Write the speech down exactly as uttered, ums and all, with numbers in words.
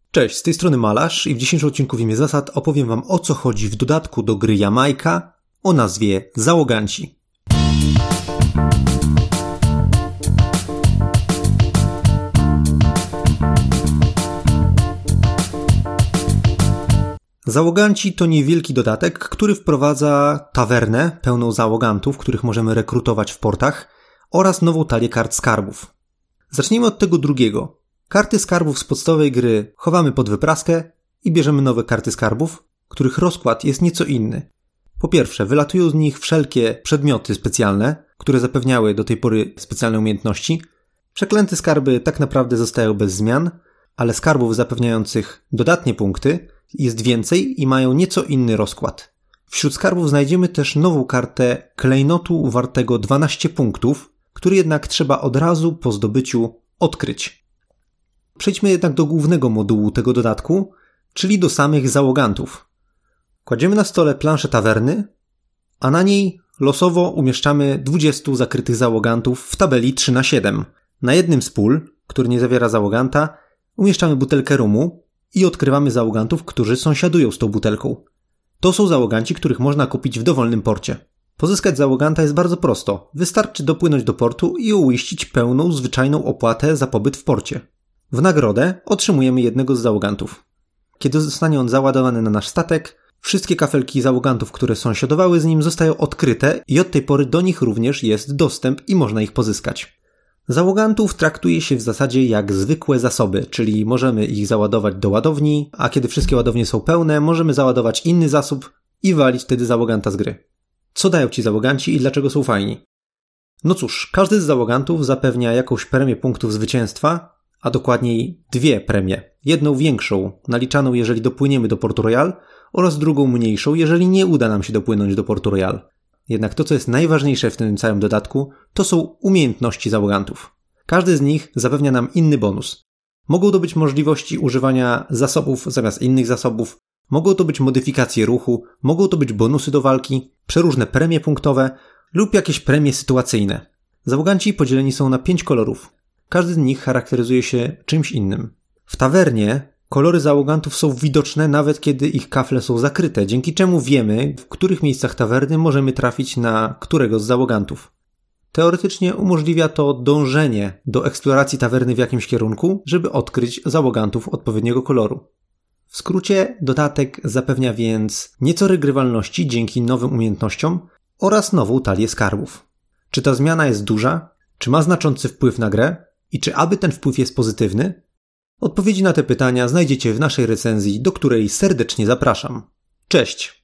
Cześć, z tej strony Malarz i w dzisiejszym odcinku w imię zasad opowiem wam, o co chodzi w dodatku do gry Jamajka o nazwie Załoganci. Załoganci to niewielki dodatek, który wprowadza tawernę pełną załogantów, których możemy rekrutować w portach, oraz nową talię kart skarbów. Zacznijmy od tego drugiego. Karty skarbów z podstawowej gry chowamy pod wypraskę i bierzemy nowe karty skarbów, których rozkład jest nieco inny. Po pierwsze, wylatują z nich wszelkie przedmioty specjalne, które zapewniały do tej pory specjalne umiejętności. Przeklęte skarby tak naprawdę zostają bez zmian, ale skarbów zapewniających dodatnie punkty jest więcej i mają nieco inny rozkład. Wśród skarbów znajdziemy też nową kartę klejnotu wartego dwanaście punktów, który jednak trzeba od razu po zdobyciu odkryć. Przejdźmy jednak do głównego modułu tego dodatku, czyli do samych załogantów. Kładziemy na stole planszę tawerny, a na niej losowo umieszczamy dwudziestu zakrytych załogantów w tabeli trzy na siedem. Na jednym z pól, który nie zawiera załoganta, umieszczamy butelkę rumu i odkrywamy załogantów, którzy sąsiadują z tą butelką. To są załoganci, których można kupić w dowolnym porcie. Pozyskać załoganta jest bardzo prosto. Wystarczy dopłynąć do portu i uiścić pełną, zwyczajną opłatę za pobyt w porcie. W nagrodę otrzymujemy jednego z załogantów. Kiedy zostanie on załadowany na nasz statek, wszystkie kafelki załogantów, które sąsiadowały z nim, zostają odkryte i od tej pory do nich również jest dostęp i można ich pozyskać. Załogantów traktuje się w zasadzie jak zwykłe zasoby, czyli możemy ich załadować do ładowni, a kiedy wszystkie ładownie są pełne, możemy załadować inny zasób i walić wtedy załoganta z gry. Co dają ci załoganci i dlaczego są fajni? No cóż, każdy z załogantów zapewnia jakąś premię punktów zwycięstwa, a dokładniej dwie premie. Jedną większą, naliczaną jeżeli dopłyniemy do Portu Royal, oraz drugą mniejszą, jeżeli nie uda nam się dopłynąć do Portu Royal. Jednak to, co jest najważniejsze w tym całym dodatku, to są umiejętności załogantów. Każdy z nich zapewnia nam inny bonus. Mogą to być możliwości używania zasobów zamiast innych zasobów, mogą to być modyfikacje ruchu, mogą to być bonusy do walki, przeróżne premie punktowe lub jakieś premie sytuacyjne. Załoganci podzieleni są na pięć kolorów. Każdy z nich charakteryzuje się czymś innym. W tawernie kolory załogantów są widoczne nawet kiedy ich kafle są zakryte, dzięki czemu wiemy, w których miejscach tawerny możemy trafić na którego z załogantów. Teoretycznie umożliwia to dążenie do eksploracji tawerny w jakimś kierunku, żeby odkryć załogantów odpowiedniego koloru. W skrócie dodatek zapewnia więc nieco regrywalności dzięki nowym umiejętnościom oraz nową talię skarbów. Czy ta zmiana jest duża? Czy ma znaczący wpływ na grę? I czy aby ten wpływ jest pozytywny? Odpowiedzi na te pytania znajdziecie w naszej recenzji, do której serdecznie zapraszam. Cześć!